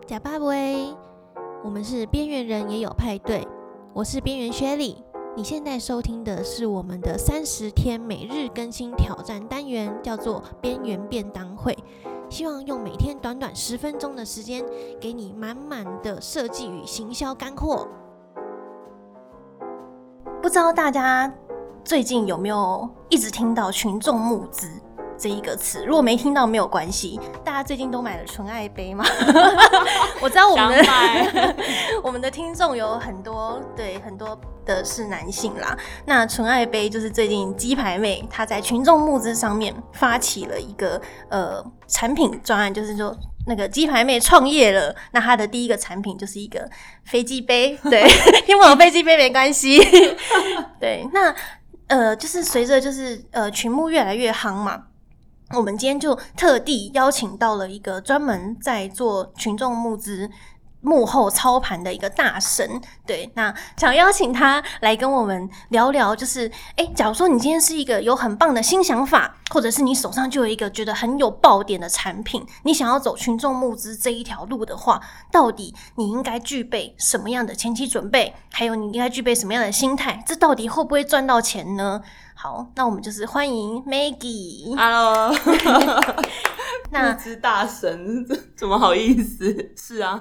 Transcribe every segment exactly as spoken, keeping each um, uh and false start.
假巴威，我们是边缘人也有派对，我是边缘雪莉。你现在收听的是我们的三十天每日更新挑战单元，叫做边缘便当会。希望用每天短短十分钟的时间，给你满满的设计与行销干货。 不知道大家最近有没有一直听到群众募资这一个词？如果没听到没有关系，大家最近都买了纯爱杯吗？我知道我们的我们的听众有很多，对，很多的是男性啦。那纯爱杯就是最近鸡排妹她在群众募资上面发起了一个呃产品专案，就是说那个鸡排妹创业了，那她的第一个产品就是一个飞机杯，对，听不懂飞机杯没关系，对，那呃就是随着就是呃群募越来越夯嘛。我们今天就特地邀请到了一个专门在做群众募资幕后操盘的一个大神，对，那想邀请他来跟我们聊聊，就是诶假如说你今天是一个有很棒的新想法，或者是你手上就有一个觉得很有爆点的产品，你想要走群众募资这一条路的话，到底你应该具备什么样的前期准备，还有你应该具备什么样的心态，这到底会不会赚到钱呢？好，那我们就是欢迎 Maggie。Hello 那募资大神怎么好意思？是啊，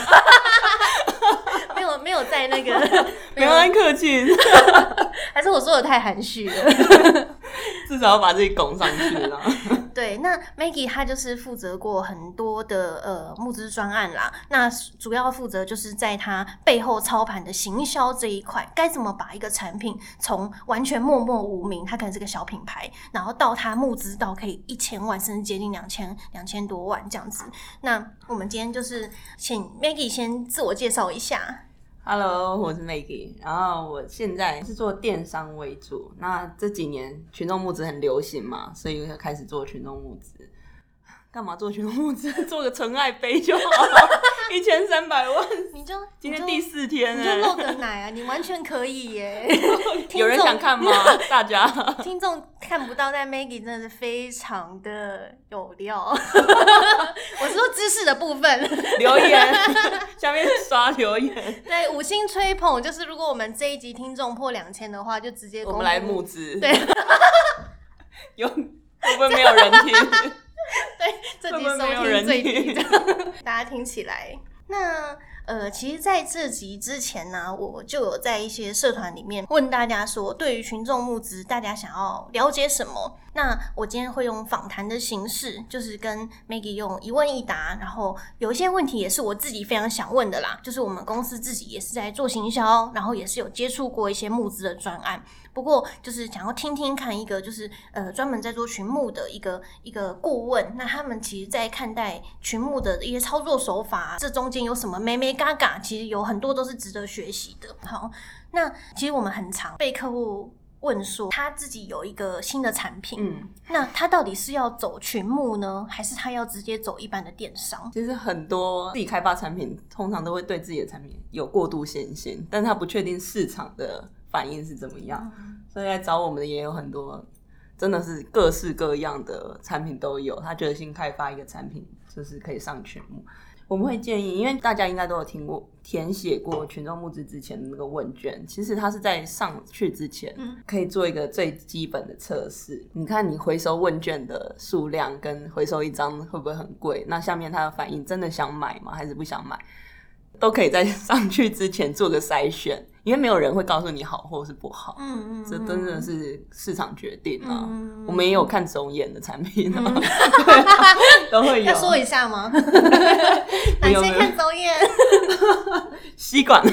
没有没有在那个， 没有太客气， 还是我说的太含蓄了？ 至少要把自己拱上去了。 对，那 Maggie 她就是负责过很多的呃募资专案啦，那主要负责就是在她背后操盘的行销这一块，该怎么把一个产品从完全默默无名，它可能是个小品牌，然后到它募资到可以一千万，甚至接近两千两千多万这样子。那我们今天就是请 Maggie 先自我介绍一下。 Hello， 我是 Maggie， 然后我现在是做电商为主。那这几年群众募资很流行嘛，所以就开始做群众募资。干嘛做群众募资？做个纯爱杯就好了，一千三百万， 你就今天第四天、欸， 你就露个奶啊，你完全可以耶！ 有人想看吗？大家听众看不到，但 Maggie 真的是非常的有料。我是说知识的部分， 留言下面刷留言， 对，五星吹捧，就是如果我们这一集听众破两千的话，就直接我们来募资。 对， 有会不会没有人听？ 对，这集收听最低的，大家听起来。那呃，其实在这集之前呢，我就有在一些社团里面问大家说，对于群众募资，大家想要了解什么？那我今天会用访谈的形式，就是跟 Maggie 用一问一答，然后有一些问题也是我自己非常想问的啦，就是我们公司自己也是在做行销，然后也是有接触过一些募资的专案。不过就是想要听听看一个就是呃专门在做群募的一个一个顾问，那他们其实在看待群募的一些操作手法，这中间有什么眉眉嘎嘎，其实有很多都是值得学习的。好，那其实我们很常被客户问说他自己有一个新的产品，嗯，那他到底是要走群募呢，还是他要直接走一般的电商？ 其实很多自己开发产品通常都会对自己的产品有过度信心，但他不确定市场的反应是怎么样、嗯、所以来找我们的也有很多真的是各式各样的产品都有，他觉得新开发一个产品就是可以上群募。我们会建议，因为大家应该都有听过填写过群众募资之前的那个问卷，其实它是在上去之前可以做一个最基本的测试。你看你回收问卷的数量跟回收一张会不会很贵，那下面他的反应真的想买吗还是不想买，都可以在上去之前做个筛选，因为没有人会告诉你好或是不好，嗯嗯，这真的是市场决定啊。嗯、我们也有看走眼的产品啊，嗯、都会有。 要说一下吗？哪些看走眼？ 吸管，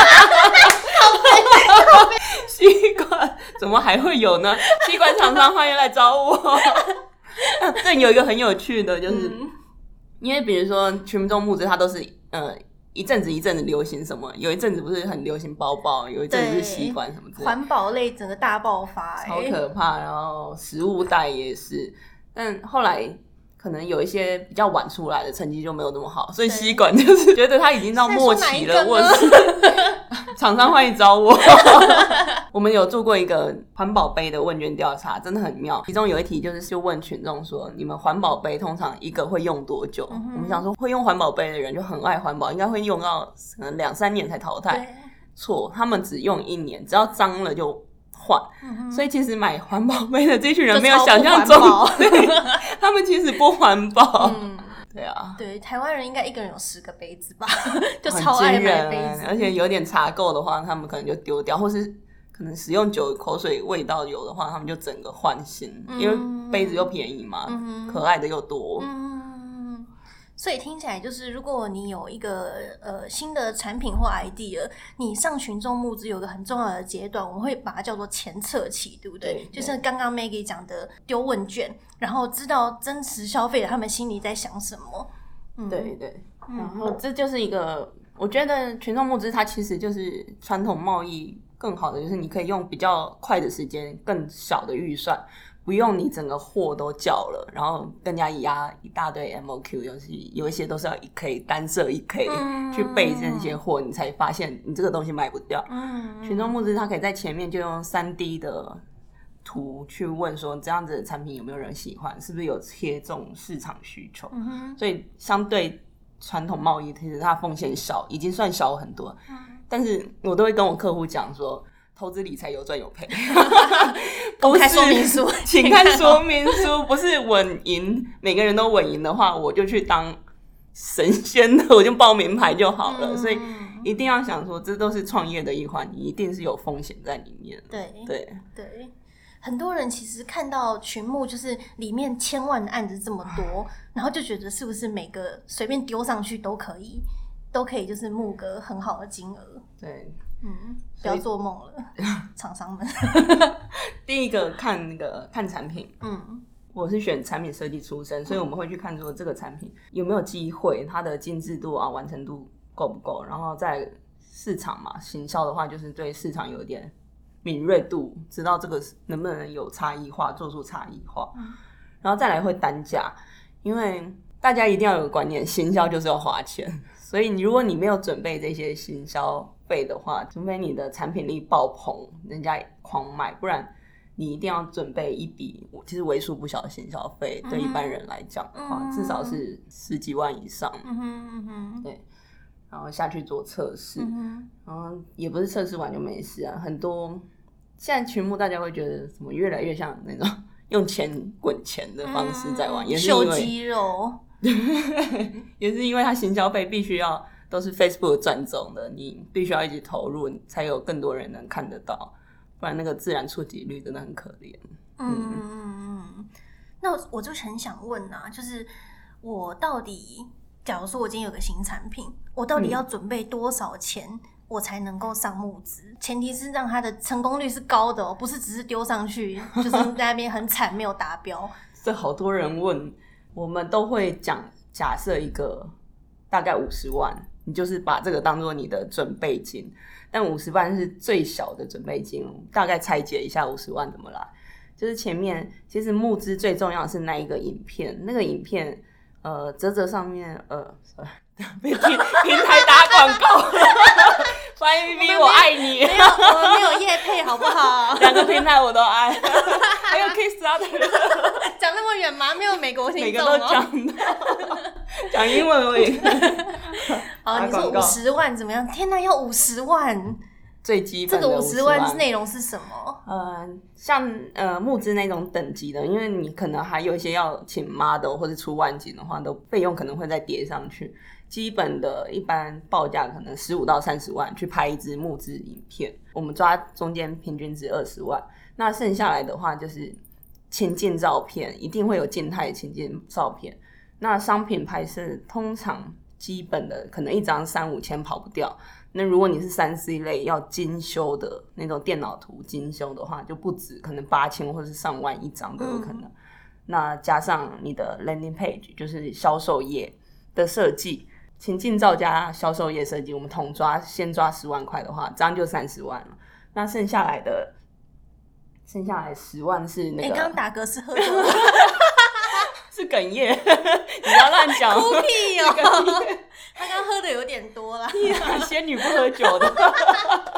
吸管怎么还会有呢？吸管厂商欢迎来找我。这有一个很有趣的，就是、嗯、因为比如说群众募资，它都是呃。一阵子一阵子流行什么，有一阵子不是很流行包包，有一阵子是吸管什么之类的， 环保类整个大爆发、欸、 超可怕。然后食物袋也是，但后来可能有一些比较晚出来的成绩就没有那么好，所以吸管就是觉得它已经到末期了。我是厂商欢迎找我。 我们有做过一个环保杯的问卷调查，真的很妙。其中有一题就是就问群众说，你们环保杯通常一个会用多久？嗯、我们想说会用环保杯的人就很爱环保，应该会用到可能两三年才淘汰。错，他们只用一年，只要脏了就换。嗯、所以其实买环保杯的这群人没有想象中，他们其实不环保。嗯对啊， 对，台湾人应该一个人有十个杯子吧，就超爱买杯子， 而且有点茶垢的话，他们可能就丢掉，或是可能使用久口水味道有的话，他们就整个换新，嗯、因为杯子又便宜嘛，嗯、可爱的又多。 嗯，所以听起来就是，如果你有一个呃新的产品或 idea， 你上群众募资有个很重要的阶段，我们会把它叫做前测期，对不对？对对，就是刚刚 Maggie 讲的丢问卷。然后知道真实消费者他们心里在想什么， 嗯、对对，然后这就是一个，我觉得群众募资它其实就是传统贸易更好的，就是你可以用比较快的时间、更小的预算，不用你整个货都叫了，然后更加压一大堆 M O Q， 尤其有一些都是要一 K 单设一 K、嗯、去备这些货，你才发现你这个东西卖不掉。嗯、群众募资它可以在前面就用 三 D 的图去问说这样子的产品有没有人喜欢，是不是有切中市场需求、嗯、所以相对传统贸易其实它风险小，已经算小很多、嗯、但是我都会跟我客户讲说投资理财有赚有赔公开说明书请看说明书不是稳赢，每个人都稳赢的话我就去当神仙的，我就报名牌就好了、嗯、所以一定要想说这都是创业的一环，你一定是有风险在里面。 对对对，很多人其实看到群募就是里面千万的案子这么多，然后就觉得是不是每个随便丢上去都可以都可以就是募个很好的金额。 对， 嗯，不要做梦了厂商们第一个看那个看产品，嗯，我是选产品设计出身，所以我们会去看说这个产品有没有机会，它的精致度啊完成度够不够，然后在市场嘛行销的话就是对市场有点敏锐度，知道这个能不能有差异化，做出差异化、嗯、然后再来会单价，因为大家一定要有个观念，行销就是要花钱，所以如果你没有准备这些行销费的话，除非你的产品力爆棚人家狂买，不然你一定要准备一笔其实为数不小的行销费、嗯、对一般人来讲的话、嗯、至少是十几万以上、嗯哼嗯哼，对，然后下去做测试、嗯、然后也不是测试完就没事啊，很多现在群募大家会觉得什么越来越像那种用钱滚钱的方式在玩、嗯、也是因为秀肌肉也是因为它行销费必须要都是 Facebook 赚走的，你必须要一直投入才有更多人能看得到，不然那个自然触及率真的很可怜。 嗯嗯嗯，那我就很想问啊，就是我到底假如说我今天有个新产品，我到底要准备多少钱、嗯我才能够上募资，前提是让它的成功率是高的哦，不是只是丢上去就是在那边很惨没有达标。 这好多人问，我们都会讲假设一个大概五十万，你就是把这个当作你的准备金，但五十万是最小的准备金，大概拆解一下五十万怎么来，就是前面其实募资最重要的是那一个影片，那个影片呃嘖嘖上面呃被平平台打广告Y V V 我爱你， 没有，我们没有业配好不好？ 两个平台我都爱，还有 Kickstarter， 讲那么远吗？没有美国听众、 哦，每个都讲到，讲英文而已。 好，你说五十万怎么样？天哪，要五十万！ 最基本的这个五十万内容是什么？ 呃，像呃募资那种等级的，因为你可能还有一些要请 model 或是出万景的话，都费用可能会再叠上去。基本的一般报价可能十五到三十万去拍一支募资影片，我们抓中间平均值二十万，那剩下来的话就是情境照片，一定会有静态情境照片。那商品拍摄通常基本的可能一张三五千跑不掉，那如果你是 三 C 类要精修的那种电脑图精修的话，就不止，可能八千或是上万一张都有可能、嗯、那加上你的 landing page 就是销售页的设计，情境照加销售页设计，我们统抓先抓十万块的话，这样就三十万了。那剩下来的剩下来十万是那个， 你刚刚打嗝是喝酒了是哽咽，你不要乱讲， 哭屁哦！他刚喝的有点多啦， 仙女不喝酒的。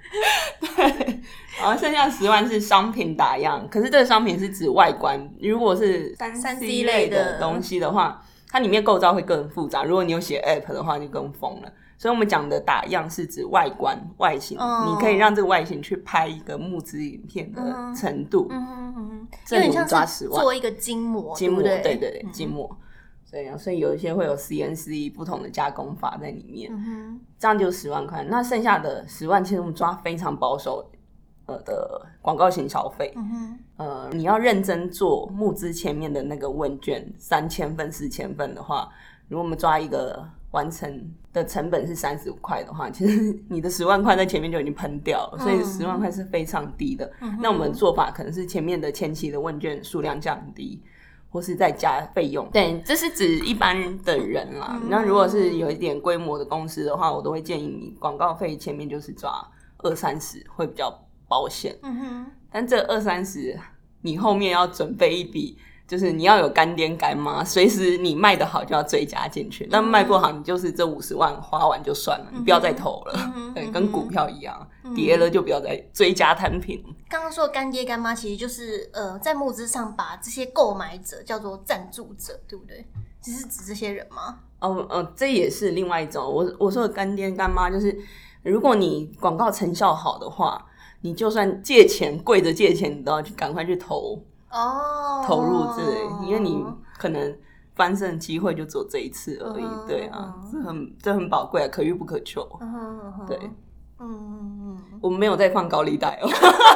对，然后剩下十万是商品打样，可是这个商品是指外观，如果是三 C 类的东西的话，它里面构造会更复杂，如果你有写 app 的话就更疯了。所以我们讲的打样是指外观外形、哦、你可以让这个外形去拍一个募资影片的程度， 嗯嗯嗯， 有点像是做一个筋膜， 筋膜， 对对对对，筋膜。所以, 所以有一些会有 C N C 不同的加工法在里面，嗯哼，这样就十万块。那剩下的十万，其实我们抓非常保守呃的广告行销费，嗯哼，呃，你要认真做募资前面的那个问卷，三千份、四千份的话，如果我们抓一个完成的成本是三十五块的话，其实你的十万块在前面就已经喷掉了，所以十万块是非常低的。嗯、那我们做法可能是前面的前期的问卷数量降低，或是再加费用。对，这是指一般的人啦。嗯、那如果是有一点规模的公司的话，我都会建议你广告费前面就是抓二三十会比较保险。嗯哼，但这二三十你后面要准备一笔。就是你要有干爹干妈，随时你卖得好就要追加进去，但卖不好你就是这五十万花完就算了，嗯、你不要再投了，嗯、对，跟股票一样，嗯、跌了就不要再追加摊平。 刚刚说的干爹干妈其实就是呃，在募资上把这些购买者叫做赞助者，对不对？只是指这些人吗？ 哦呃，这也是另外一种。我我说的干爹干妈就是，如果你广告成效好的话，你就算借钱跪着借钱，你都要去赶快去投。哦，投入之类，因为你可能翻身机会就只有这一次而已，嗯、对啊，嗯、这很这很宝贵啊，可遇不可求。嗯、对，嗯嗯嗯，我们没有在放高利贷哦。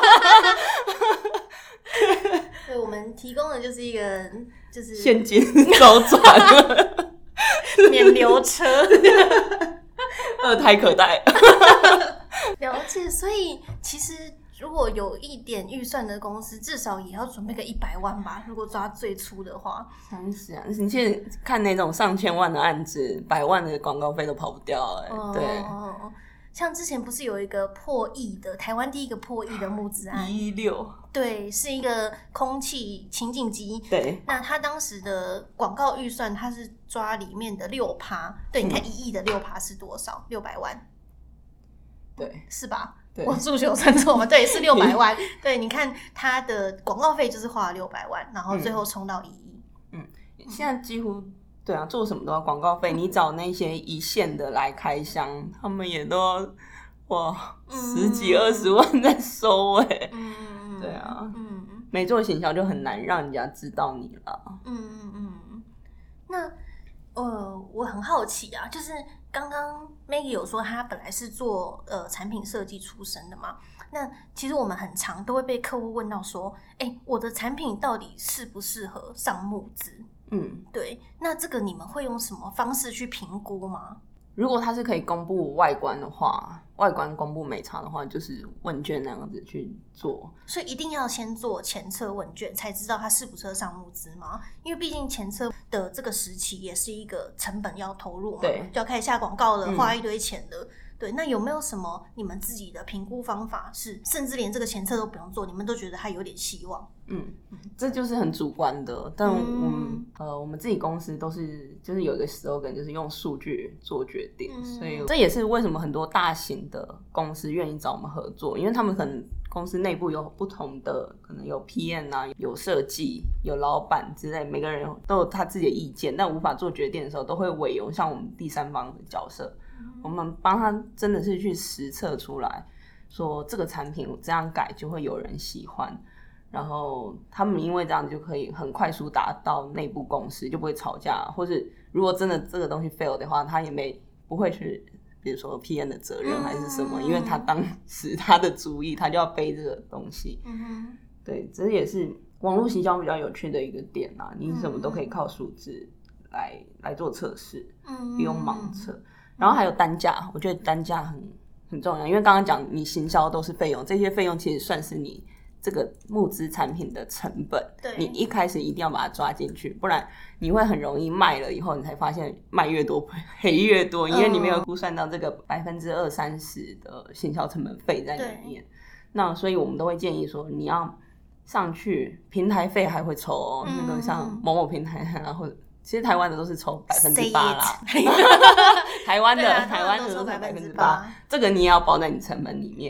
对，我们提供的就是一个就是现金周转， 免流车， 二胎可贷。 了解，所以其实。如果有一点预算的公司，至少也要准备个一百万吧。如果抓最粗的话， 三十啊！你现在看那种上千万的案子，百万的广告费都跑不掉哎、欸。哦、对， 像之前不是有一个破亿的台湾第一个破亿的募资案， 一六， 对，是一个空气清净机。 对， 那他当时的广告预算，他是抓里面的六趴。对，你看一亿的六趴是多少？六百万。 对， 是吧？我数学有算错吗？对，是六百万。对，你看他的广告费就是花了六百万，然后最后冲到一亿。 嗯，现在几乎对啊，做什么都要广告费。你找那些一线的来开箱，他们也都哇十几二十万在收哎、欸。嗯，对啊，嗯，没做行销就很难让人家知道你了。嗯嗯嗯，那呃，我很好奇啊，就是。刚刚 Maggie 有说她本来是做呃产品设计出身的嘛，那其实我们很常都会被客户问到说，哎，我的产品到底适不适合上募资？嗯，对，那这个你们会用什么方式去评估吗？ 如果它是可以公布外观的话，外观公布美差的话，就是问卷那样子去做。 所以一定要先做前测问卷，才知道它适不适合上募资吗？因为毕竟前测的这个时期也是一个成本要投入嘛， 对， 就要开始下广告了，花一堆钱的。嗯对，那有没有什么你们自己的评估方法是，甚至连这个前测都不用做，你们都觉得它有点希望？ 嗯，这就是很主观的，但我们、嗯、呃，我们自己公司都是就是有一个 slogan， 就是用数据做决定，嗯、所以这也是为什么很多大型的公司愿意找我们合作，因为他们可能公司内部有不同的，可能有 P M 啊，有设计，有老板之类，每个人都有他自己的意见，但无法做决定的时候，都会委由像我们第三方的角色。我们帮他真的是去实测出来说这个产品这样改就会有人喜欢，然后他们因为这样就可以很快速达到内部共识，就不会吵架，或是如果真的这个东西 fail 的话，他也没不会去比如说 P M 的责任还是什么、嗯、因为他当时他的主意他就要背这个东西、嗯、对，这也是网络行销比较有趣的一个点啊，你什么都可以靠数字来来做测试，不用盲测。然后还有单价，我觉得单价很很重要，因为刚刚讲你行销都是费用，这些费用其实算是你这个募资产品的成本， 对， 你一开始一定要把它抓进去，不然你会很容易卖了以后，你才发现卖越多赔越多，因为你没有估算到这个百分之二三十的行销成本费在里面。那所以我们都会建议说，你要上去，平台费还会抽哦，嗯、那个像某某平台啊，或者。其实台湾的都是抽百分之八啦，台湾的、啊、台湾的都是百分之八，这个你也要包在你成本里面。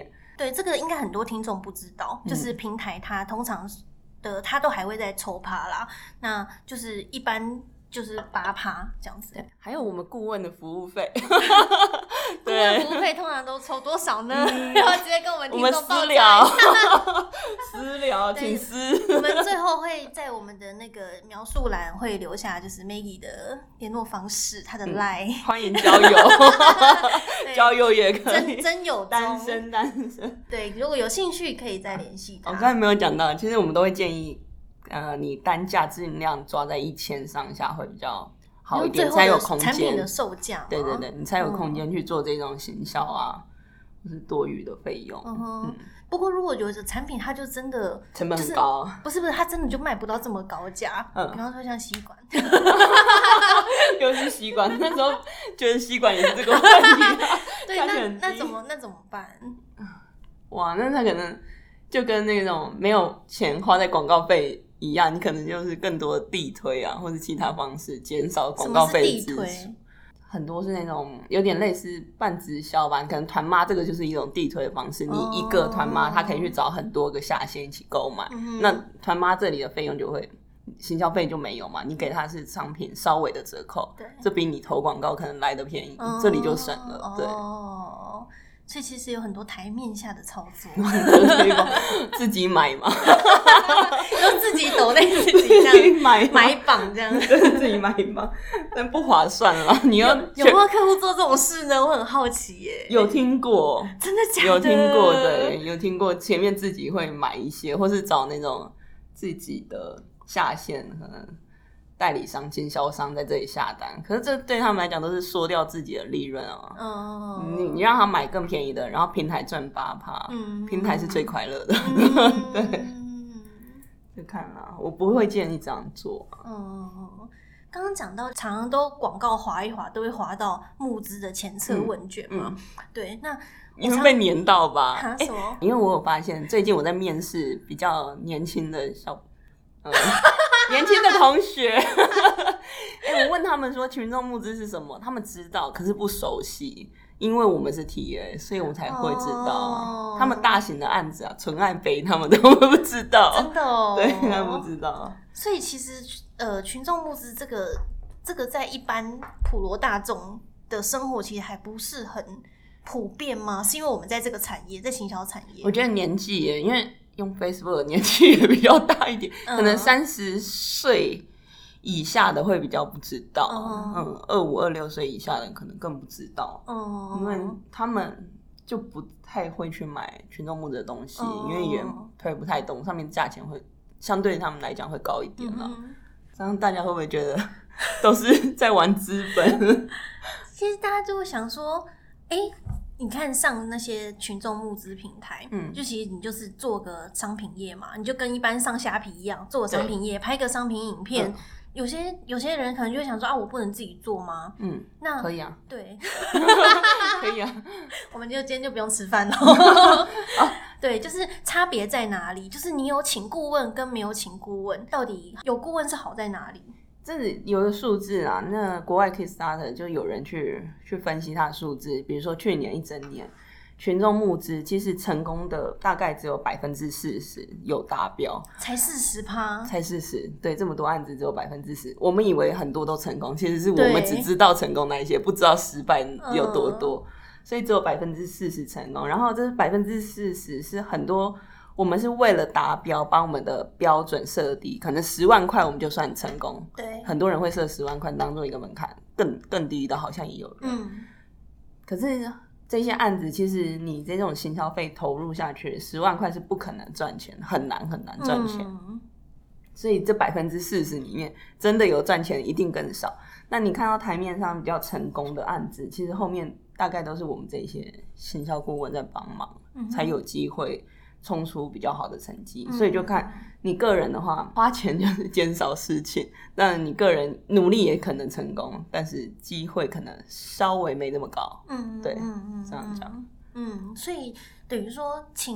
对，这个应该很多听众不知道，就是平台它通常的它都还会在抽趴啦，那就是一般就是八趴这样子。 还有我们顾问的服务费， 顾问服务费通常都抽多少呢？ 嗯、 然后直接跟我们听众报价。私聊，请私。 我们最后会在我们的那个描述栏会留下就是 Maggie 的联络方式，她的 Line、嗯、 欢迎交友，交友也可以， 真真有单身单身。 对，如果有兴趣可以再联系他。 我刚才没有讲到，其实我们都会建议。呃，你单价尽量抓在一千上下会比较好一点，才有空间。 产品的售价， 对对对，你才有空间去做这种行销啊，或、嗯、是多余的费用。 嗯嗯、不过如果有的产品，它就真的成本很高、 就是，不是不是，它真的就卖不到这么高价。嗯，比方说像吸管， 又是吸管，那时候觉得吸管也是这个问题、啊。 对，那那怎么那怎么办？ 哇，那他可能就跟那种没有钱花在广告费一样，你可能就是更多的地推啊，或者其他方式减少广告费的支出。很多是那种有点类似半直销吧，可能团妈这个就是一种地推的方式。你一个团妈，他可以去找很多个下线一起购买，嗯、那团妈这里的费用就会行销费就没有嘛，你给他是商品稍微的折扣，这比你投广告可能来得便宜，嗯、这里就省了。对。 哦，所以其实有很多台面下的操作， 自己买嘛， 就自己抖内自己这样买买榜这样， 自己买榜，但不划算了。你要 有, 有没有客户做这种事呢？我很好奇耶。 有听过， 真的假的？ 有听过，对，有听过。前面自己会买一些，或是找那种自己的下线，可能代理商、经销商在这里下单，可是这对他们来讲都是缩掉自己的利润啊。哦，你你让他买更便宜的，然后平台赚八趴，嗯，平台是最快乐的，嗯、对。就看啦，我不会建议这样做。 嗯，刚刚讲到，常常都广告滑一滑，都会滑到募资的前测问卷嘛。嗯嗯、对，那你会被黏到吧？ 欸、什么？ 因为我有发现，最近我在面试比较年轻的小，呃、年轻的同学。哎、欸，我问他们说群众募资是什么，他们知道，可是不熟悉。因为我们是 T A， 所以我才会知道。Oh. 他们大型的案子啊，纯爱杯他们都不知道。 真的哦？ 对，他们不知道。 所以其实呃，群众募资这个这个在一般普罗大众的生活其实还不是很普遍吗？是因为我们在这个产业，在行销产业。 我觉得年纪耶，因为用 Facebook 的年纪也比较大一点，嗯、可能三十岁以下的会比较不知道，嗯，嗯二五二六岁以下的可能更不知道，嗯，因为他们就不太会去买群众募资的东西，嗯、因为也推不太动，上面价钱会相对他们来讲会高一点啦。嗯、这样大家会不会觉得都是在玩资本？ 其实大家就会想说，哎、欸。你看上那些群众募资平台，嗯，就其实你就是做个商品页嘛，你就跟一般上虾皮一样，做个商品页，拍个商品影片。嗯、有些有些人可能就会想说啊，我不能自己做吗？嗯，那可以啊， 对， 可以啊。 我们就今天就不用吃饭了。 啊、 对，就是差别在哪里？就是你有请顾问跟没有请顾问，到底有顾问是好在哪里？ 这有个数字啊，那国外 Kickstarter 就有人去去分析它的数字，比如说去年一整年群众募资，其实成功的大概只有百分之四十有达标， 才四十趴， 才四十，对，这么多案子只有百分之十，我们以为很多都成功，其实是我们只知道成功那一些，不知道失败有多多，嗯、所以只有百分之四十成功，然后这百分之四十是很多。我们是为了达标，把我们的标准设低，可能十万块我们就算成功。 对， 很多人会设十万块当做一个门槛，更更低的好像也有人。嗯，可是这些案子，其实你这种行销费投入下去，十万块是不可能赚钱，很难很难赚钱。嗯、所以这百分之四十里面，真的有赚钱一定更少。那你看到台面上比较成功的案子，其实后面大概都是我们这些行销顾问在帮忙，嗯、才有机会冲出比较好的成绩，嗯、所以就看你个人的话，花钱就是减少事情，但你个人努力也可能成功，但是机会可能稍微没那么高。嗯，对，嗯、这样讲。 嗯，所以等于说请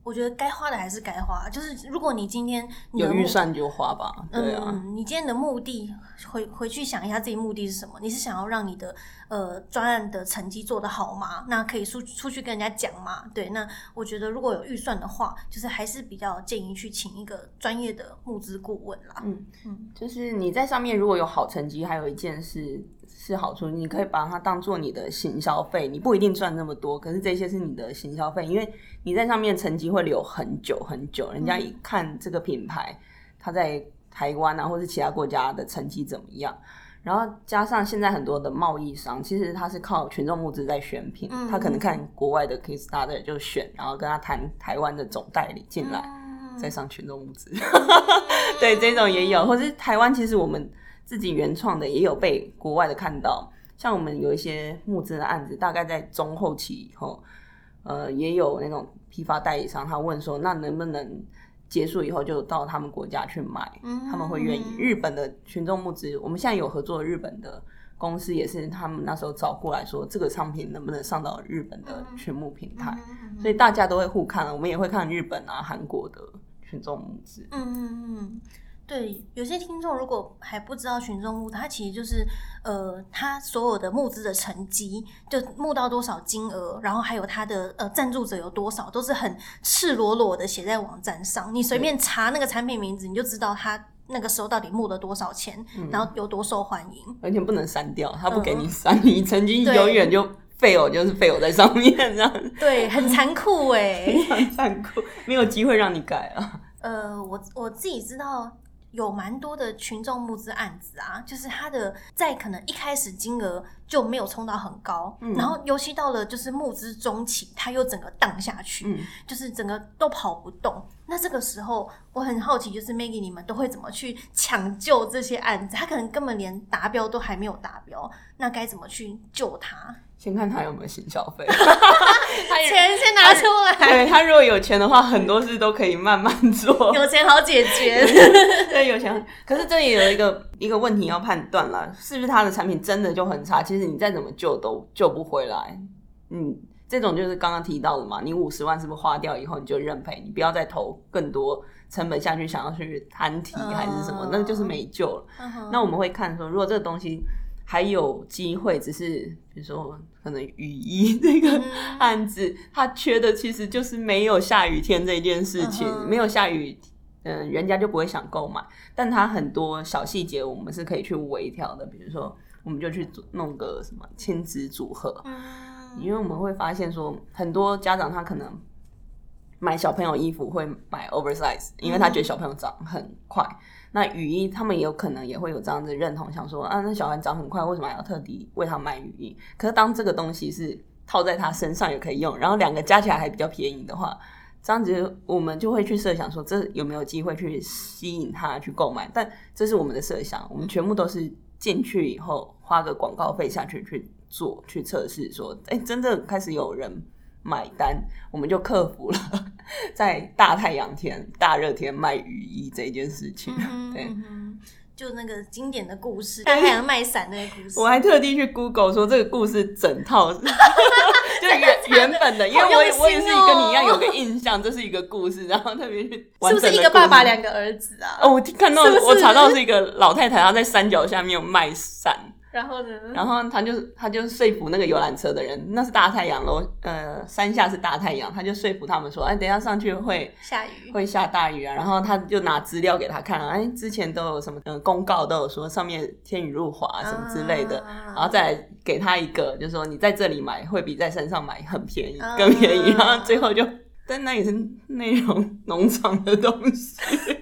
我觉得该花的还是该花，就是如果你今天你有预算就花吧，对啊。 嗯，你今天的目的回回去想一下自己目的是什么？你是想要让你的呃专案的成绩做得好吗？那可以出出去跟人家讲嘛？对，那我觉得如果有预算的话，就是还是比较建议去请一个专业的募资顾问啦。 嗯嗯，就是你在上面如果有好成绩，还有一件事是好处，你可以把它当做你的行销费，你不一定赚那么多，可是这些是你的行销费，因为你在上面成绩会留很久很久，人家一看这个品牌，它在台湾啊或是其他国家的成绩怎么样，然后加上现在很多的贸易商，其实他是靠群众募资在选品，嗯、他可能看国外的 Kickstarter 就选，然后跟他谈台湾的总代理进来，嗯、再上群众募资，对，这种也有，或是台湾其实我们自己原创的也有被国外的看到，像我们有一些募资的案子，大概在中后期以后，呃，也有那种批发代理商，他问说，那能不能结束以后就到他们国家去买？嗯、他们会愿意。日本的群众募资，我们现在有合作日本的公司，也是他们那时候找过来说，这个商品能不能上到日本的群募平台？嗯、所以大家都会互看，我们也会看日本啊、韩国的群众募资。 嗯嗯嗯。对，有些听众如果还不知道群众募，它其实就是呃，他所有的募资的成绩，就募到多少金额，然后还有他的呃赞助者有多少，都是很赤裸裸的写在网站上。你随便查那个产品名字，你就知道他那个时候到底募了多少钱，嗯、然后有多受欢迎， 而且不能删掉，他不给你删，嗯、你成绩永远就废偶，就是废偶在上面这样。 对，很残酷哎， 非常残酷，没有机会让你改啊。 呃，我我自己知道。有蛮多的群众募资案子啊，就是他的在可能一开始金额就没有冲到很高，嗯、然后尤其到了就是募资中期，他又整个荡下去，嗯、就是整个都跑不动。那这个时候我很好奇，就是 Maggie 你们都会怎么去抢救这些案子？他可能根本连达标都还没有达标，那该怎么去救他？ 先看他有没有行销费， 钱先拿出来。 对，他如果有钱的话，很多事都可以慢慢做。 有钱好解决。 对，有钱。可是这里有一个一个问题要判断啦，是不是他的产品真的就很差？其实你再怎么救都救不回来。嗯，这种就是刚刚提到的嘛，你五十万是不是花掉以后你就认赔？你不要再投更多成本下去，想要去摊提还是什么， uh, 那就是没救了。Uh-huh. 那我们会看说，如果这个东西还有机会，只是比如说可能雨衣这个案子，嗯、它缺的其实就是没有下雨天这件事情，嗯、没有下雨，嗯、呃，人家就不会想购买。但它很多小细节我们是可以去微调的，比如说我们就去弄个什么亲子组合，嗯、因为我们会发现说，很多家长他可能买小朋友衣服会买 oversize， 因为他觉得小朋友长很快。嗯、那雨衣他们也有可能也会有这样的认同，想说啊，那小孩长很快，为什么还要特地为他买雨衣？可是当这个东西是套在他身上也可以用，然后两个加起来还比较便宜的话，这样子我们就会去设想说，这有没有机会去吸引他去购买？但这是我们的设想，我们全部都是进去以后花个广告费下去去做，去测试说，哎，真的开始有人买单，我们就克服了在大太阳天、大热天卖雨衣这件事情。嗯、对、 嗯，就那个经典的故事，大太阳卖伞那个故事。 我还特地去 Google 说这个故事整套，就原原本的，因为我、哦、我也是跟你一样有个印象，这是一个故事，然后特别去完整的故事。 是不是一个爸爸两个儿子啊？ 哦，我看到是是我查到是一个老太太，她在山脚下面有卖伞。 然后呢？ 然后他就他就说服那个游览车的人，那是大太阳咯，呃，山下是大太阳，他就说服他们说，哎，等一下上去会下雨， 会下大雨啊。然后他就拿资料给他看，哎，之前都有什么呃公告都有说上面天雨路滑什么之类的，啊、然后再来给他一个，就是说你在这里买会比在山上买很便宜，啊、更便宜。然后最后就，但那也是内容农场的东西，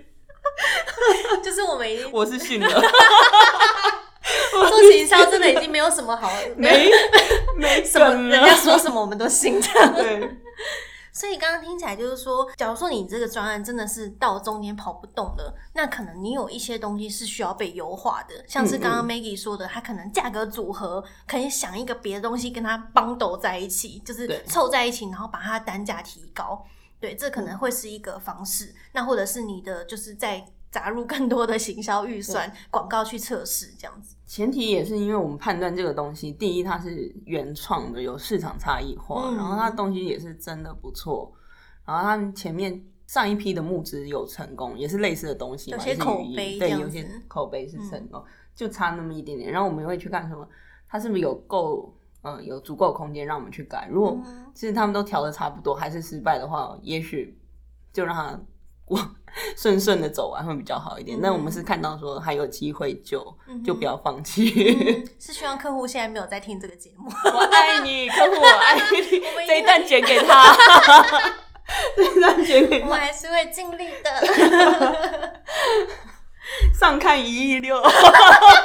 就是我们已经我是信了。 做行销真的已经没有什么好没没什么，人家说什么我们都信这样。 对， 所以刚刚听起来就是说，假如说你这个专案真的是到中间跑不动了，那可能你有一些东西是需要被优化的，像是刚刚 Maggie 说的，他可能价格组合可以想一个别的东西跟他bundle在一起，就是凑在一起，然后把它单价提高。对，这可能会是一个方式。那或者是你的就是在砸入更多的行销预算、广告去测试这样子。 前提也是因为我们判断这个东西，第一它是原创的，有市场差异化，嗯、然后它的东西也是真的不错， 然后他们前面上一批的募资有成功，也是类似的东西嘛， 有些口碑对，有些口碑是成功、嗯，就差那么一点点。然后我们会去看什么，它是不是有够，嗯，有足够的空间让我们去改。如果其实他们都调的差不多，还是失败的话，也许就让它顺顺的走完会比较好一点。但、嗯、我们是看到说还有机会就、嗯、就不要放弃、 嗯。是希望客户现在没有在听这个节目。 我爱你，客户我爱你，这一段剪给他。这一段剪给他， 我还是会尽力的。 上看一亿六，不要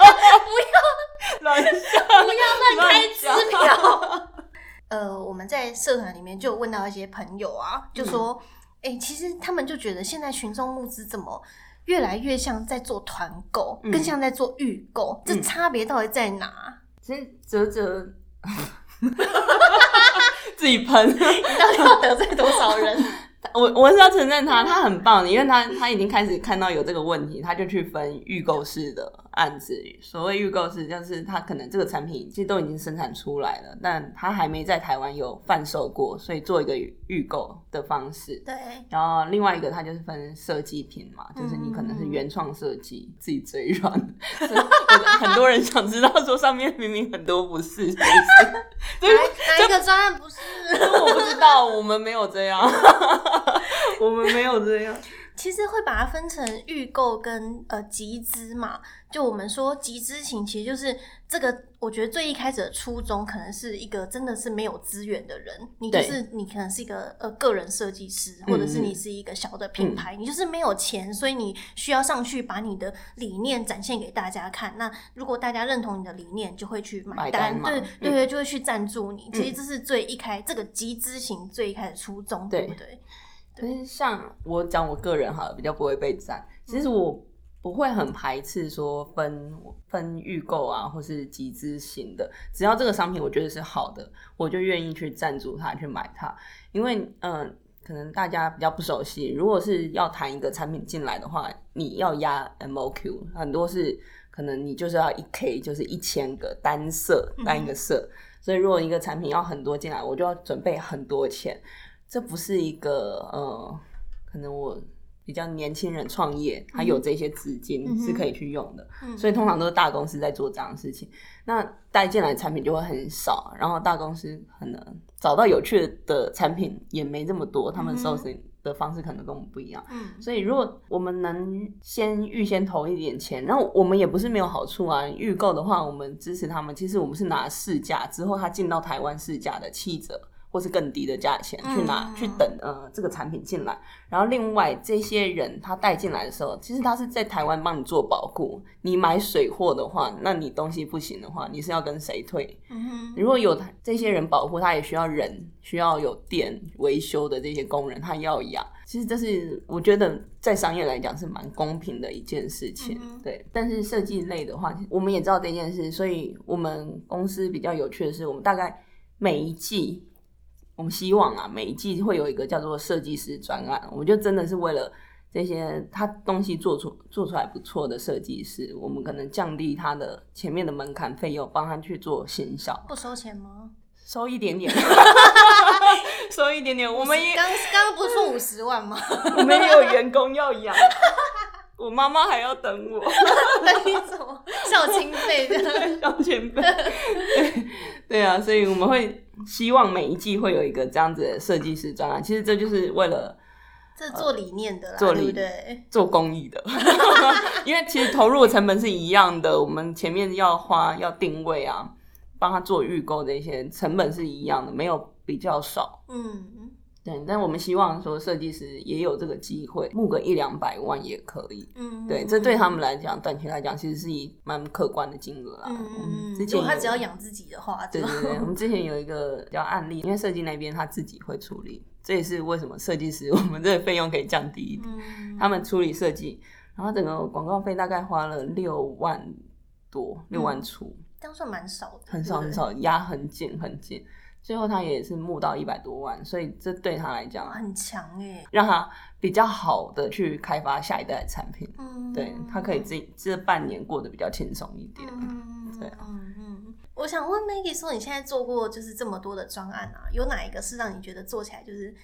乱想， 不要乱开支票。呃，我们在社团里面就有问到一些朋友啊，就说。嗯欸、其实他们就觉得现在群众募资怎么越来越像在做团购、嗯、更像在做预购、嗯、这差别到底在哪？ 其实哲哲自己喷你到底要得罪多少人？ 我我是要承认他他很棒，因为他他已经开始看到有这个问题，他就去分预购式的案子。所谓预购式就是他可能这个产品其实都已经生产出来了，但他还没在台湾有贩售过，所以做一个预购的方式。 对。 然后另外一个他就是分设计品嘛，就是你可能是原创设计、嗯、自己嘴软。很多人想知道说上面明明很多不是，是不是？ 哪一个专案不是？ 我不知道，我们没有这样。我们没有这样。 其实会把它分成预购跟呃集资嘛，就我们说集资型其实就是这个，我觉得最一开始的初衷可能是一个真的是没有资源的人，你就是你可能是一个呃个人设计师，或者是你是一个小的品牌、嗯、你就是没有钱，所以你需要上去把你的理念展现给大家看，那如果大家认同你的理念就会去买单， 买单对对对、嗯、就会去赞助你、嗯、其实这是最一开这个集资型最一开始初衷， 对, 对不对？ 但是像我讲我个人好了，比较不会被赞。其实我不会很排斥说分分预购啊，或是集资型的，只要这个商品我觉得是好的，我就愿意去赞助它，去买它。因为嗯、呃，可能大家比较不熟悉，如果是要谈一个产品进来的话，你要压 M O Q， 很多是可能你就是要一 K， 就是一千个单色单一个色、嗯，所以如果一个产品要很多进来，我就要准备很多钱。这不是一个呃，可能我比较年轻人创业，他有这些资金是可以去用的、嗯，所以通常都是大公司在做这样的事情。那带进来的产品就会很少，然后大公司可能找到有趣的产品也没这么多，他们收拾的方式可能跟我们不一样。嗯，所以如果我们能先预先投一点钱，然后我们也不是没有好处啊。预购的话，我们支持他们，其实我们是拿市价之后，他进到台湾市价的七折。或是更低的价钱去拿、嗯、去等呃这个产品进来，然后另外这些人他带进来的时候，其实他是在台湾帮你做保护。你买水货的话，那你东西不行的话，你是要跟谁退？嗯、如果有这些人保护，他也需要人，需要有店维修的这些工人，他要养。其实这是我觉得在商业来讲是蛮公平的一件事情、嗯、对。但是设计类的话，我们也知道这件事，所以我们公司比较有趣的是，我们大概每一季我们希望啊，每一季会有一个叫做设计师专案，我们就真的是为了这些他东西做出做出来不错的设计师，我们可能降低他的前面的门槛费用，帮他去做行销。 不收钱吗？ 收一点点，收一点点。我们也刚刚不是说五十万吗？ 我们也有员工要养，我妈妈还要等我。 等你什么？孝亲费的， 孝亲费。对对啊，所以我们会希望每一季会有一个这样子的设计师专栏。其实这就是为了这做理念的啦， 做理对不对？ 做公益的。因为其实投入的成本是一样的，我们前面要花要定位啊，帮他做预购的一些成本是一样的，没有比较少。嗯。对，但我们希望说设计师也有这个机会，募个一两百万也可以。嗯，对，这对他们来讲，短期来讲，其实是一蛮可观的金额啦。 嗯，之前他只要养自己的话， 对对对，我们之前有一个叫案例，因为设计那边他自己会处理，这也是为什么设计师我们这个费用可以降低一点。嗯，他们处理设计，然后整个广告费大概花了六万多，六万出， 这样算蛮少的， 很少很少，压很紧很紧。最后他也是募到一百多万，所以这对他来讲很强耶， 让他比较好的去开发下一代的产品。嗯，对，他可以这这半年过得比较轻松一点。嗯，对啊。 嗯嗯，我想问 Maggie 说，你现在做过就是这么多的专案啊，有哪一个是让你觉得做起来就是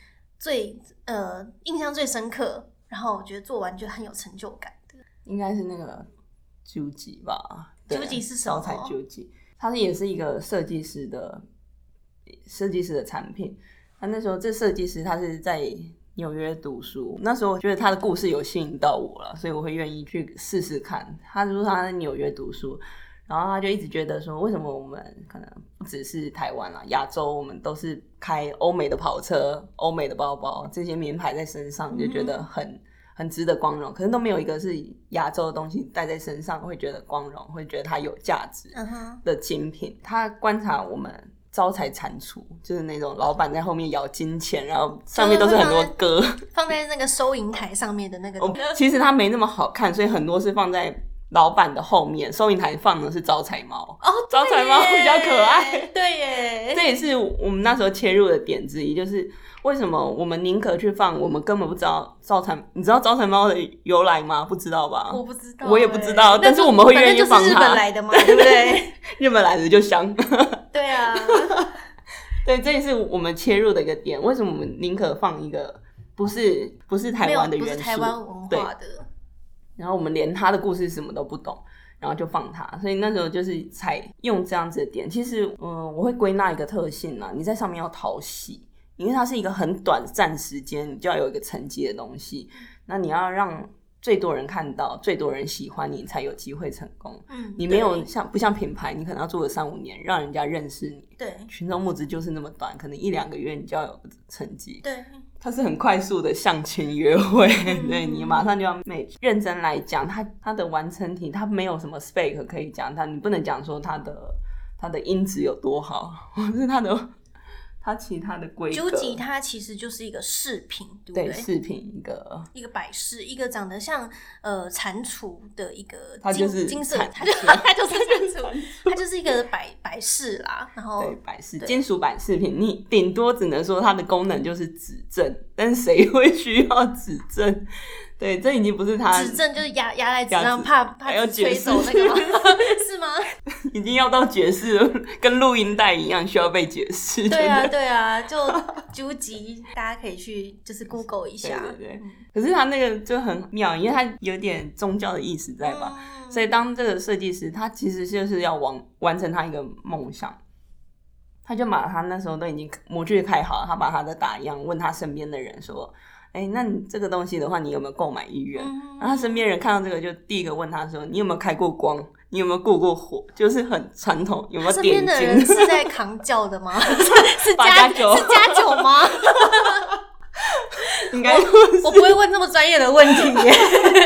最呃印象最深刻，然后我觉得做完就很有成就感的？ 应该是那个究极吧？ 究极是什么？ 招财究极，它是也是一个设计师的设计师的产品。他那时候这设计师他是在纽约读书，那时候我觉得他的故事有吸引到我了，所以我会愿意去试试看。他说他在纽约读书，然后他就一直觉得说，为什么我们可能不只是台湾啦，亚洲我们都是开欧美的跑车、欧美的包包，这些名牌在身上，就觉得很、嗯、很值得光荣，可是都没有一个是亚洲的东西戴在身上会觉得光荣，会觉得它有价值的精品。他观察我们招财蟾蜍，就是那种老板在后面咬金钱，然后上面都是很多歌， 放在那个收银台上面的那个、哦、 其实它没那么好看，所以很多是放在老板的后面，收银台放的是招财猫哦， 招财猫比较可爱， 对耶， 这也是我们那时候切入的点之一，就是为什么我们宁可去放我们根本不知道招财，你知道招财猫的由来吗？不知道吧？ 我不知道， 我也不知道，但是我们会愿意放它。 反正就是日本来的嘛，对不对？ 日本来的就香。 对啊， 对，这也是我们切入的一个点。为什么我们宁可放一个不是不是台湾的元素， 不是台湾文化的？ 然后我们连他的故事什么都不懂，然后就放他，所以那时候就是采用这样子的点。其实，嗯，我会归纳一个特性啦，你在上面要讨喜，因为它是一个很短暂时间，你就要有一个层级的东西。那你要让最多人看到，最多人喜欢你，才有机会成功。嗯，你没有像不像品牌，你可能要做个三五年，让人家认识你。 对， 群众募资就是那么短，可能一两个月你就要有成绩。 对。 它是很快速的相亲约会，嗯、对，你马上就要 match。认真来讲，它它的完成体，它没有什么 spec 可以讲，它你不能讲说它的它的音质有多好，或是它的它其他的规格。 究极它其实就是一个饰品，对不对？ 对，饰品一个一个摆饰，一个长得像呃蟾蜍的一个金它就是金色，它就它就是蟾蜍，它就是一个摆摆饰啦。然后对摆饰，金属摆饰品，你顶多只能说它的功能就是指正，但谁会需要指正？对，这已经不是它指正，就是压压在纸上，怕怕吹走那个吗？是吗？ 已经要到解释了，跟录音带一样需要被解释。 对啊，对啊，就究极大家可以去就是 Google 一下。 对对对。嗯、可是他那个就很妙，因为他有点宗教的意思在吧？嗯、所以当这个设计师，他其实就是要完完成他一个梦想。他就把他那时候都已经模具开好了，他把他的打样问他身边的人说：“哎、欸，那你这个东西的话，你有没有购买意愿？”嗯、然后他身边人看到这个，就第一个问他说：“你有没有开过光？你有没有过过火？”就是很传统，有没有点睛？ 他身边的人是在扛轿的吗？是加酒？是加酒吗？ 应该我我不会问这么专业的问题耶。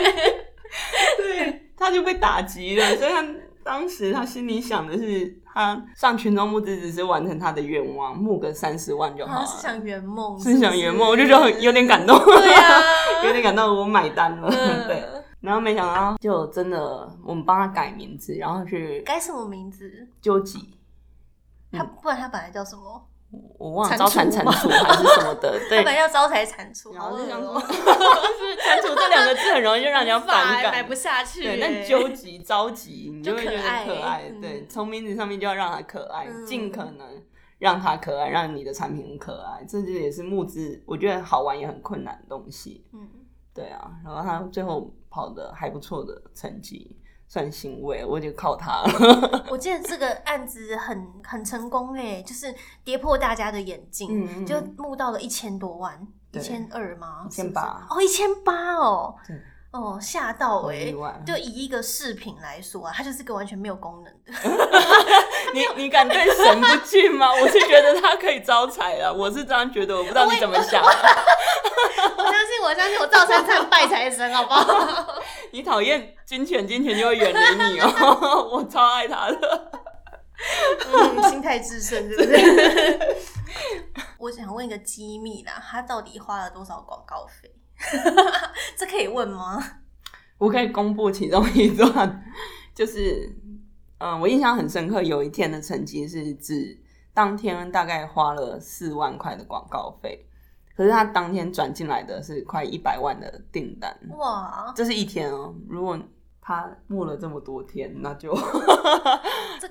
对，他就被打击了，所以他当时他心里想的是。他上群众募资只是完成他的愿望，募个三十万就好了。 他是想圆梦， 是想圆梦，我就觉得有点感动。 对啊， 有点感动，我买单了。嗯、对，然后没想到就真的，我们帮他改名字，然后去改什么名字？ 究极。 他不然他本来叫什么？ 我忘了，招财蟾蜍还是什么的。对， 他本来叫招财蟾蜍， 然后就想说，蟾蜍这两个字很容易就让人家反感， 买不下去。 对，但究极、着急，你就会觉得可爱。 嗯、 对，从名字上面就要让它可爱，尽、嗯、可能让它可爱，让你的产品很可爱。这就也是募资，我觉得好玩也很困难的东西。嗯，对啊，然后他最后跑的还不错的成绩。算欣慰，我就靠他了。 我记得这个案子很很成功诶，就是跌破大家的眼镜，嗯嗯就募到了一千多万，一千二吗？ 一千八哦，一千八哦， 对哦，吓到诶、欸！就以一个饰品来说啊，它就是个完全没有功能的。 你你敢对神不敬吗？我是觉得它可以招财啦，我是这样觉得，我不知道你怎么想。 我相信，我相信，我照三餐拜财神，好不好？ 你讨厌金钱，金钱就会远离你哦。我超爱他的。 嗯，心态制胜，是不是？我想问一个机密啦，他到底花了多少广告费？这可以问吗？ 我可以公布其中一段，就是嗯，我印象很深刻，有一天的成绩是指当天大概花了四万块的广告费，可是他当天转进来的是快一百万的订单。哇，这是一天哦。如果他募了这么多天，那就这个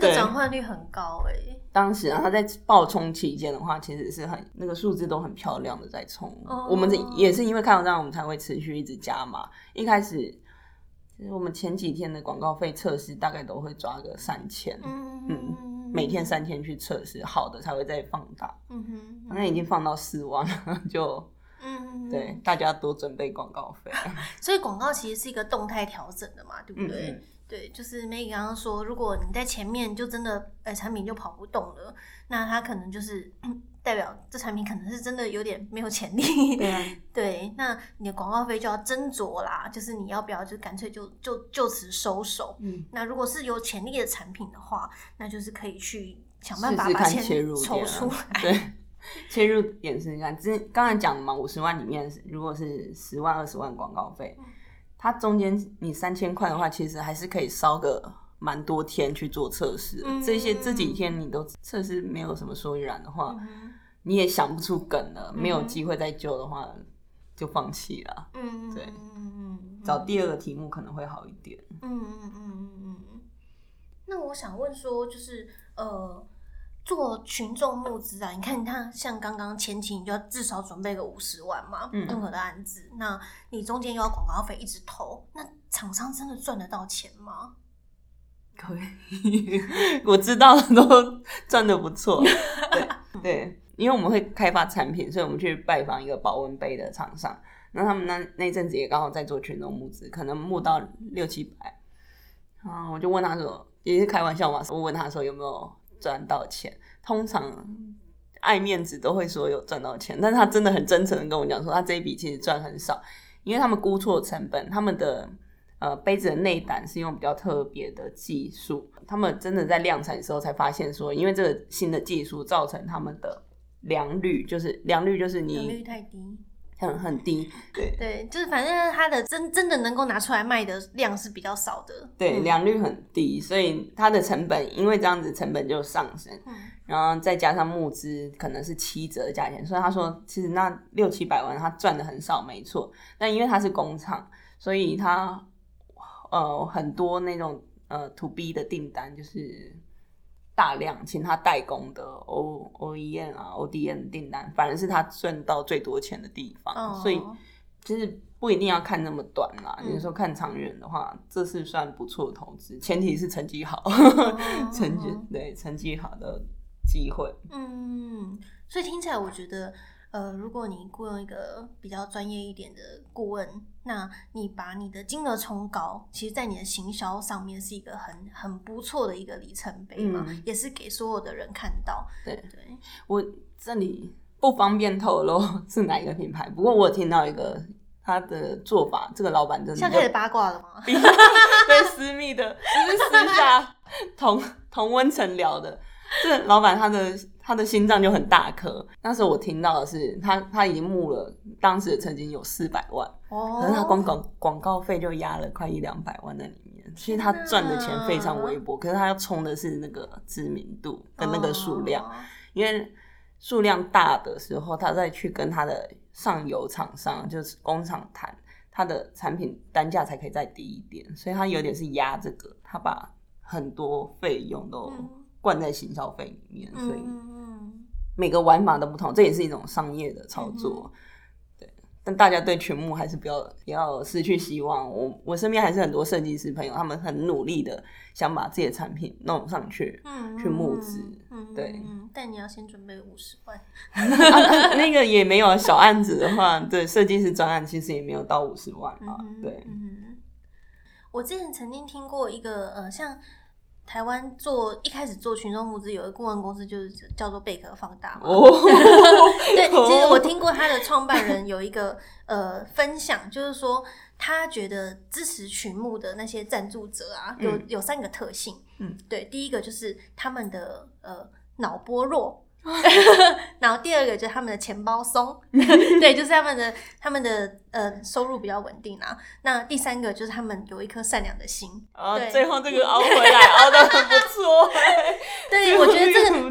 这个转换率很高哎、欸。 当时啊，他在爆冲期间的话，其实是很那个数字都很漂亮的在冲。Oh. 我们也是因为看到这样，我们才会持续一直加码。一开始，其实我们前几天的广告费测试大概都会抓个三千，嗯嗯，每天三千去测试，好的才会再放大。嗯哼，那已经放到四万了，就嗯，对，大家多准备广告费。 所以广告其实是一个动态调整的嘛，对不对？嗯，对，就是 Maggie 刚刚说，如果你在前面就真的呃产品就跑不动了，那它可能就是、嗯、代表这产品可能是真的有点没有潜力。 对啊， 对，那你的广告费就要斟酌啦，就是你要不要就干脆就就就此收手。嗯，那如果是有潜力的产品的话，那就是可以去想办法把钱筹出来。 啊、对，切入点是看，之前刚才讲的嘛，五十万里面如果是十万、二十万广告费。嗯，它中间你三千块的话，其实还是可以烧个蛮多天去做测试。嗯，这些这几天你都测试没有什么所以然的话，嗯，你也想不出梗了，嗯，没有机会再救的话，就放弃了。嗯，对，嗯，找第二个题目可能会好一点。 嗯嗯嗯嗯嗯。那我想问说，就是呃。做群众募资啊，你看他像刚刚前期你就要至少准备个五十万嘛，嗯，任何的案子，那你中间又要广告费一直投，那厂商真的赚得到钱吗？ 可以，我知道的都赚得不错。对对，因为我们会开发产品，所以我们去拜访一个保温杯的厂商，那他们那那阵子也刚好在做群众募资，可能募到六七百，啊，我就问他说，也是开玩笑嘛，我问他说有没有赚到钱，通常爱面子都会说有赚到钱，但是他真的很真诚的跟我讲说他这一笔其实赚很少，因为他们估错成本，他们的呃杯子的内胆是用比较特别的技术，他们真的在量产的时候才发现说，因为这个新的技术造成他们的良率，就是良率就是你良率太低， 很很低，对对，就是反正它的真真的能够拿出来卖的量是比较少的， 对，良率很低，所以它的成本因为这样子成本就上升，嗯，然后再加上募资可能是七折的价钱，所以他说其实那六七百万他赚的很少，没错，但因为它是工厂，所以他呃很多那种呃 to B 的订单就是大量请他代工的 O OEM 啊 O D M 订单，反而是他赚到最多钱的地方，哦，所以其实不一定要看那么短啦，嗯，你说看长远的话，这是算不错的投资，前提是成绩好，哦，成绩对成绩好的机会。 嗯，所以听起来我觉得呃，如果你雇佣一个比较专业一点的顾问，那你把你的金额冲高，其实在你的行销上面是一个很很不错的一个里程碑嘛，嗯，也是给所有的人看到。 对对，我这里不方便透露是哪一个品牌，不过我有听到一个他的做法，这个老板真的现在开始八卦了吗？ 对，私密的，就是私下同同温层聊的。这个老板他的他的心脏就很大颗，那时候我听到的是他他已经募了，当时的曾经有四百万，哦，可是他光广广告费就压了快一两百万在里面，其实他赚的钱非常微薄，可是他要冲的是那个知名度跟那个数量，哦，因为数量大的时候，他再去跟他的上游厂商就是工厂谈，他的产品单价才可以再低一点，所以他有点是压这个，他把很多费用都，嗯，灌在行销费里面，所以每个玩法都不同，这也是一种商业的操作，嗯，对。但大家对群募还是不要不要失去希望。我我身边还是很多设计师朋友，他们很努力的想把自己的产品弄上去，嗯，去募资，嗯，对。 嗯，但你要先准备五十万， 啊，那个也没有小案子的话，对，设计师专案其实也没有到五十万嘛，嗯，对， 嗯。我之前曾经听过一个呃，像。台湾做一开始做群众募资，有一个顾问公司就是叫做贝壳放大嘛。哦，对，其实我听过他的创办人有一个呃分享，就是说他觉得支持群募的那些赞助者啊，有有三个特性。嗯，对，第一个就是他们的呃脑波弱。然后第二个就是他们的钱包松，对，就是他们的他们的呃收入比较稳定啊。那第三个就是他们有一颗善良的心。 啊，最后这个凹回来凹得很不错。 对，我觉得这个这个的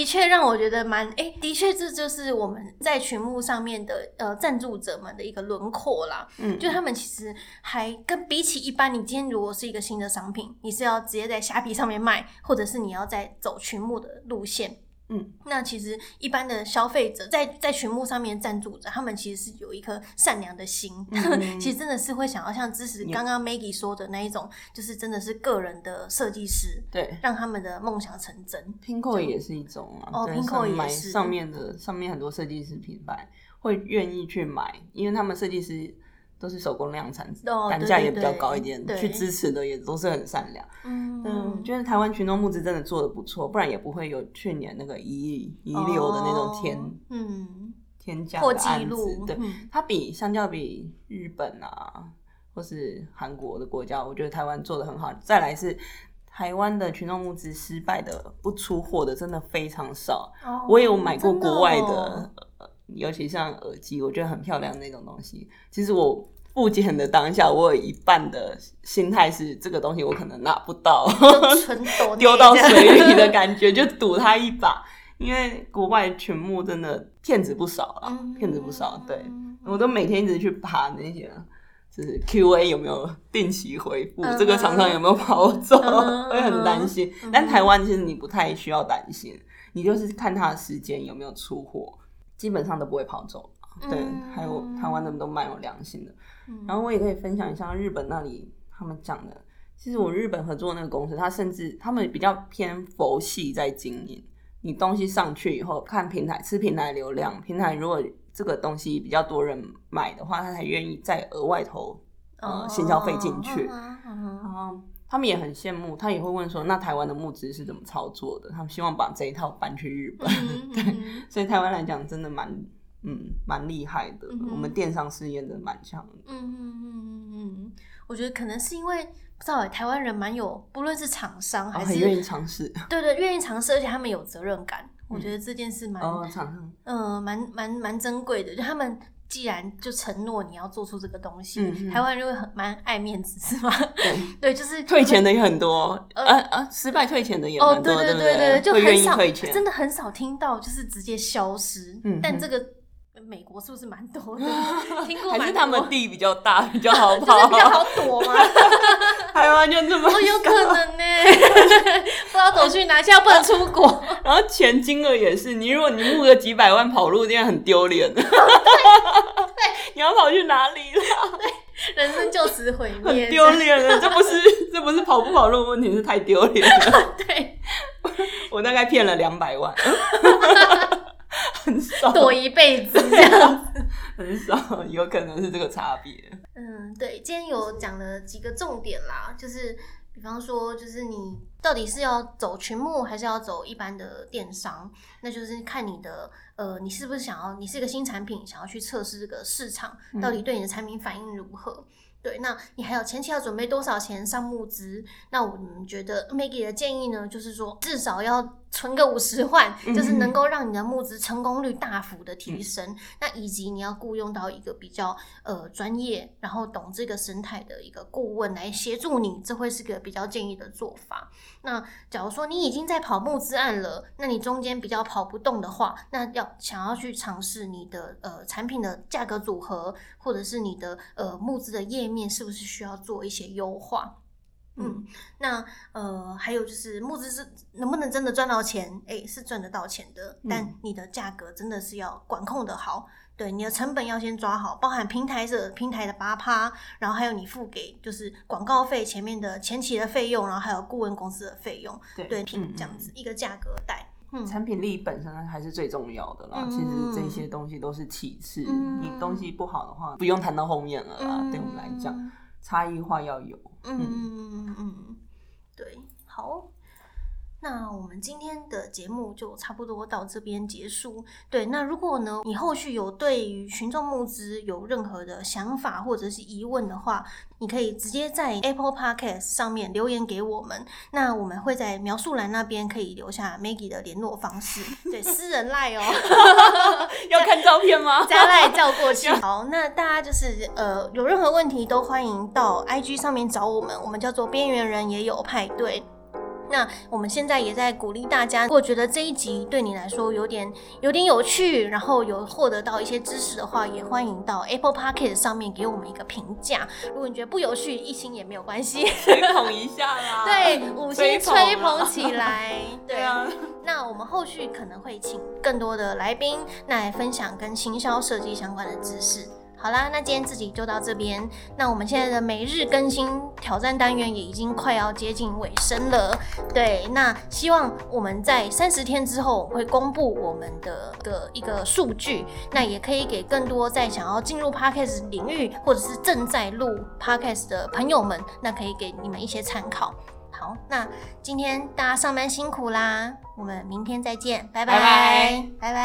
的确让我觉得蛮哎、欸，的确这就是我们在群募上面的呃赞助者们的一个轮廓啦。嗯，就他们其实还跟比起一般，你今天如果是一个新的商品，你是要直接在虾皮上面卖，或者是你要在走群募的路线。嗯，那其实一般的消费者在在群募上面赞助者，他们其实是有一颗善良的心，嗯、其实真的是会想要像支持刚刚 Maggie 说的那一种，就是真的是个人的设计师，对，让他们的梦想成真。 Pinko 也是一种啊， 哦 ，Pinko 也是上面的上面很多设计师品牌会愿意去买，因为他们设计师都是手工量产， 哦、 单价也比较高一点，去支持的也都是很善良。嗯嗯，我觉得台湾群众募资真的做得不错，不然也不会有去年那个一亿一流的那种天、哦、嗯天价的案子。对、嗯，它比相较比日本啊或是韩国的国家，我觉得台湾做得很好。再来是台湾的群众募资失败的不出货的真的非常少。哦、我也有买过国外的。的哦，尤其像耳机，我觉得很漂亮那种东西。其实我付钱的当下，我有一半的心态是这个东西我可能拿不到，丢到水里的感觉，就赌他一把。因为国外群募真的骗子不少啦，骗、嗯、子不少。对，我都每天一直去爬那些，就是 Q A 有没有定期回复、嗯，这个厂商有没有跑走，嗯、会很担心、嗯。但台湾其实你不太需要担心，你就是看他的时间有没有出货。基本上都不会跑走，对，嗯、还有台湾的都蛮有良心的、嗯。然后我也可以分享一下日本那里他们讲的，其实我日本合作的那个公司，他甚至他们比较偏佛系在经营。你东西上去以后，看平台吃平台流量，平台如果这个东西比较多人买的话，他才愿意再额外投呃行销费进去。然后他们也很羡慕，他也会问说，那台湾的募资是怎么操作的？他们希望把这一套搬去日本，嗯、对，所以台湾来讲真的蛮嗯蛮厉害的、嗯，我们电商事业真的蛮强的。 嗯嗯嗯嗯嗯，我觉得可能是因为不知道哎，台湾人蛮有，不论是厂商还是、 哦、很愿意尝试， 对对，愿意尝试，而且他们有责任感。我觉得这件事蛮哦，厂商嗯蛮蛮蛮珍贵的，就他们。既然就承诺你要做出这个东西，嗯、台湾人就会很蛮爱面子，是吗？对，对，就是退钱的也很多，呃呃，失败退钱的也蛮多， 哦，对对对对， 对，就很少，真的很少听到就是直接消失。嗯，但这个美国是不是蛮多的？听过蛮多， 还是他们地比较大，比较好跑， 就是比较好躲吗？ 台湾就这么哦，有可能呢，不知道走去哪，现在不能出国。 然后钱金额也是，你如果你募个几百万跑路，这样很丢脸。对，你要跑去哪里了？ 对，人生就此毁灭， 很丢脸了。这不是这不是跑不跑路的问题，是太丢脸了。 对， 我大概骗了两百万，很少， 躲一辈子这样子， 很少，有可能是这个差别。 嗯，对，今天有讲了几个重点啦，就是比方说，就是你到底是要走群募还是要走一般的电商，那就是看你的呃，你是不是想要，你是一个新产品，想要去测试这个市场，到底对你的产品反应如何？嗯，对，那你还有前期要准备多少钱上募资？那我们觉得 Maggie 的建议呢，就是说至少要存个五十万，就是能够让你的募资成功率大幅的提升。嗯、那以及你要雇佣到一个比较呃专业，然后懂这个生态的一个顾问来协助你，这会是个比较建议的做法。那假如说你已经在跑募资案了，那你中间比较跑不动的话，那要想要去尝试你的呃产品的价格组合，或者是你的呃募资的页面是不是需要做一些优化？嗯，那呃，还有就是募资是能不能真的赚到钱？哎，是赚得到钱的，嗯，但你的价格真的是要管控的好，对，你的成本要先抓好，包含平台的平台的 百分之八，然后还有你付给就是广告费前面的前期的费用，然后还有顾问公司的费用，对，对嗯、这样子一个价格带。嗯， 产品力本身还是最重要的啦，嗯，其实这些东西都是其次，嗯，你东西不好的话，不用谈到后面了啦，嗯，对我们来讲，差异化要有。嗯嗯嗯嗯，对，好。那我们今天的节目就差不多到这边结束。对，那如果呢，你后续有对于群众募资有任何的想法或者是疑问的话，你可以直接在 Apple Podcast 上面留言给我们。那我们会在描述栏那边可以留下 Maggie 的联络方式，对，私人赖哦。 要看照片吗？ 加赖叫过去。好，那大家就是呃，有任何问题都欢迎到 I G 上面找我们，我们叫做边缘人也有派对。 那我们现在也在鼓励大家，如果觉得这一集对你来说有点有点有趣，然后有获得到一些知识的话，也欢迎到 Apple Podcast 上面给我们一个评价。如果你觉得不有趣，一星也没有关系， 吹捧一下啦。 对，五星吹捧起来。 对啊。 那我们后续可能会请更多的来宾来分享跟行销设计相关的知识。好啦，那今天自己就到这边。那我们现在的每日更新挑战单元也已经快要接近尾声了。对，那希望我们在三十天之后会公布我们的的一个数据，那也可以给更多在想要进入 Podcast 领域或者是正在录 Podcast 的朋友们，那可以给你们一些参考。好，那今天大家上班辛苦啦，我们明天再见，拜拜， 拜拜。 拜拜。